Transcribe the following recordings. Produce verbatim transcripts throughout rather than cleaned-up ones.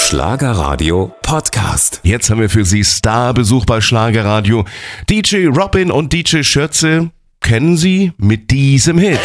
Schlagerradio Podcast. Jetzt haben wir für Sie Starbesuch bei Schlagerradio. D J Robin und D J Schürze kennen Sie mit diesem Hit.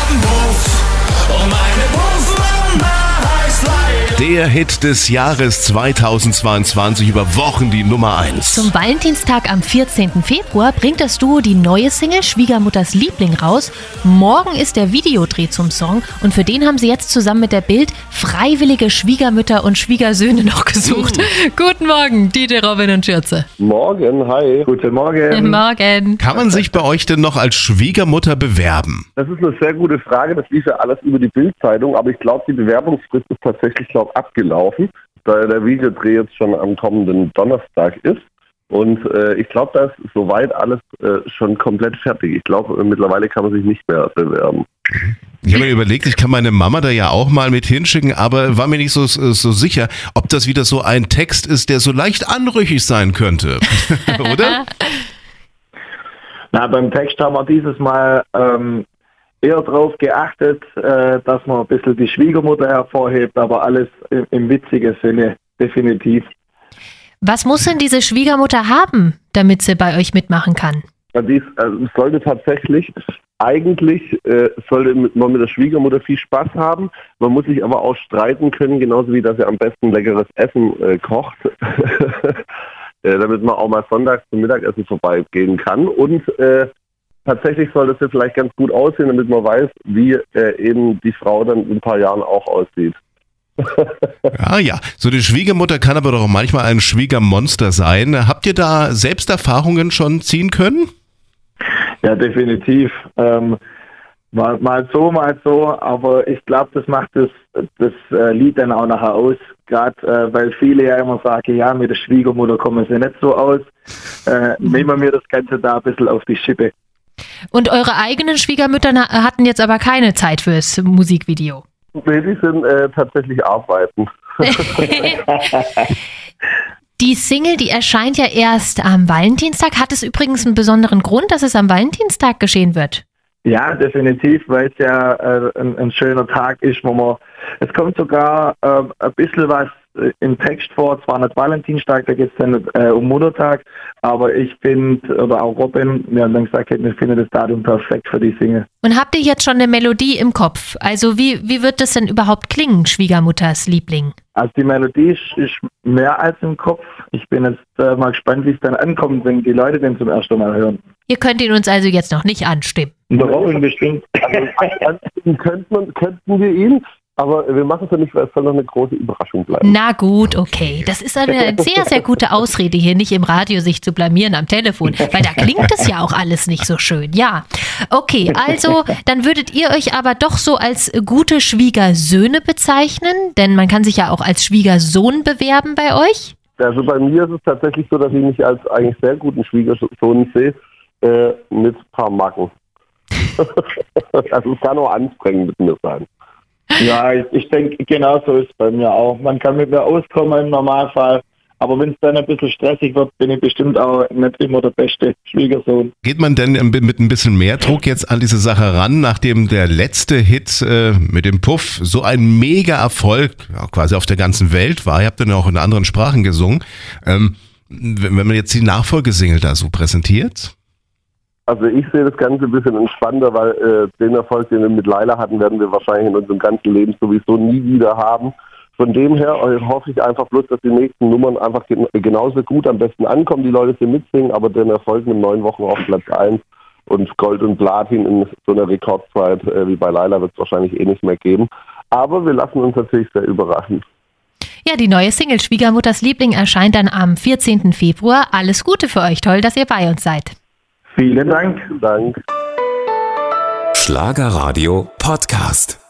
Der Hit des Jahres zweitausendzweiundzwanzig, über Wochen die Nummer eins. Zum Valentinstag am vierzehnten Februar bringt das Duo die neue Single Schwiegermutters Liebling raus. Morgen ist der Videodreh zum Song und für den haben sie jetzt zusammen mit der Bild freiwillige Schwiegermütter und Schwiegersöhne noch gesucht. Mhm. Guten Morgen, D J Robin und Schürze. Morgen, hi. Guten Morgen. Morgen. Kann man sich bei euch denn noch als Schwiegermutter bewerben? Das ist eine sehr gute Frage. Das lief ja alles über die Bild-Zeitung, aber ich glaube, die Bewerbungsfrist ist tatsächlich, glaube abgelaufen, da der Videodreh jetzt schon am kommenden Donnerstag ist. Und äh, ich glaube, da ist soweit alles äh, schon komplett fertig. Ich glaube, äh, mittlerweile kann man sich nicht mehr bewerben. Ich habe mir überlegt, ich kann meine Mama da ja auch mal mit hinschicken, aber war mir nicht so, so sicher, ob das wieder so ein Text ist, der so leicht anrüchig sein könnte. Oder? Na, beim Text haben wir dieses Mal ähm, eher darauf geachtet, äh, dass man ein bisschen die Schwiegermutter hervorhebt, aber alles im, im witzigen Sinne, definitiv. Was muss denn diese Schwiegermutter haben, damit sie bei euch mitmachen kann? Dies äh, sollte tatsächlich, eigentlich äh, sollte man mit der Schwiegermutter viel Spaß haben. Man muss sich aber auch streiten können, genauso wie dass er am besten leckeres Essen äh, kocht, äh, damit man auch mal sonntags zum Mittagessen vorbeigehen kann. Und äh, tatsächlich sollte es ja vielleicht ganz gut aussehen, damit man weiß, wie äh, eben die Frau dann in ein paar Jahren auch aussieht. Ah ja, so die Schwiegermutter kann aber doch manchmal ein Schwiegermonster sein. Habt ihr da selbst Erfahrungen schon ziehen können? Ja, definitiv. Ähm, mal, mal so, mal so, aber ich glaube, das macht das, das äh, Lied dann auch nachher aus. Gerade äh, weil viele ja immer sagen, ja, mit der Schwiegermutter kommen sie nicht so aus. Äh, nehmen wir das Ganze da ein bisschen auf die Schippe. Und eure eigenen Schwiegermütter hatten jetzt aber keine Zeit fürs Musikvideo? Nee, die sind äh, tatsächlich arbeiten. Die Single, die erscheint ja erst am Valentinstag. Hat es übrigens einen besonderen Grund, dass es am Valentinstag geschehen wird? Ja, definitiv, weil es ja äh, ein, ein schöner Tag ist, wo man, es kommt sogar äh, ein bisschen was im Text vor, zwar nicht Valentinstag, da geht es dann äh, um Muttertag, aber ich finde, oder auch Robin, wir haben dann gesagt, wir finden das Datum perfekt für die Single. Und habt ihr jetzt schon eine Melodie im Kopf? Also wie, wie wird das denn überhaupt klingen, Schwiegermutters Liebling? Also die Melodie ist, ist mehr als im Kopf. Ich bin jetzt äh, mal gespannt, wie es dann ankommt, wenn die Leute den zum ersten Mal hören. Ihr könnt ihn uns also jetzt noch nicht anstimmen. Der Robin bestimmt. Also, könnten, könnten wir ihn, aber wir machen es ja nicht, weil es soll noch eine große Überraschung bleiben. Na gut, okay. Das ist eine sehr, sehr gute Ausrede, hier nicht im Radio sich zu blamieren am Telefon, weil da klingt es ja auch alles nicht so schön. Ja, okay, also dann würdet ihr euch aber doch so als gute Schwiegersöhne bezeichnen, denn man kann sich ja auch als Schwiegersohn bewerben bei euch. Also bei mir ist es tatsächlich so, dass ich mich als eigentlich sehr guten Schwiegersohn sehe, äh, mit ein paar Macken. Also es kann auch anstrengend mit mir sein. Ja, ich, ich denke, genau so ist es bei mir auch. Man kann mit mir auskommen im Normalfall, aber wenn es dann ein bisschen stressig wird, bin ich bestimmt auch nicht immer der beste Schwiegersohn. Geht man denn mit ein bisschen mehr Druck jetzt an diese Sache ran, nachdem der letzte Hit äh, mit dem Puff so ein Mega-Erfolg ja, quasi auf der ganzen Welt war? Ihr habt dann auch in anderen Sprachen gesungen. Ähm, wenn man jetzt die Nachfolgesingle da so präsentiert? Also ich sehe das Ganze ein bisschen entspannter, weil äh, den Erfolg, den wir mit Laila hatten, werden wir wahrscheinlich in unserem ganzen Leben sowieso nie wieder haben. Von dem her äh, hoffe ich einfach bloß, dass die nächsten Nummern einfach gen- genauso gut am besten ankommen, die Leute sie mitsingen, aber den Erfolg mit neun Wochen auf Platz eins und Gold und Platin in so einer Rekordzeit äh, wie bei Laila wird es wahrscheinlich eh nicht mehr geben. Aber wir lassen uns natürlich sehr überraschen. Ja, die neue Single Schwiegermutters Liebling erscheint dann am vierzehnten Februar. Alles Gute für euch, toll, dass ihr bei uns seid. Vielen Dank. Dank. Schlagerradio Podcast.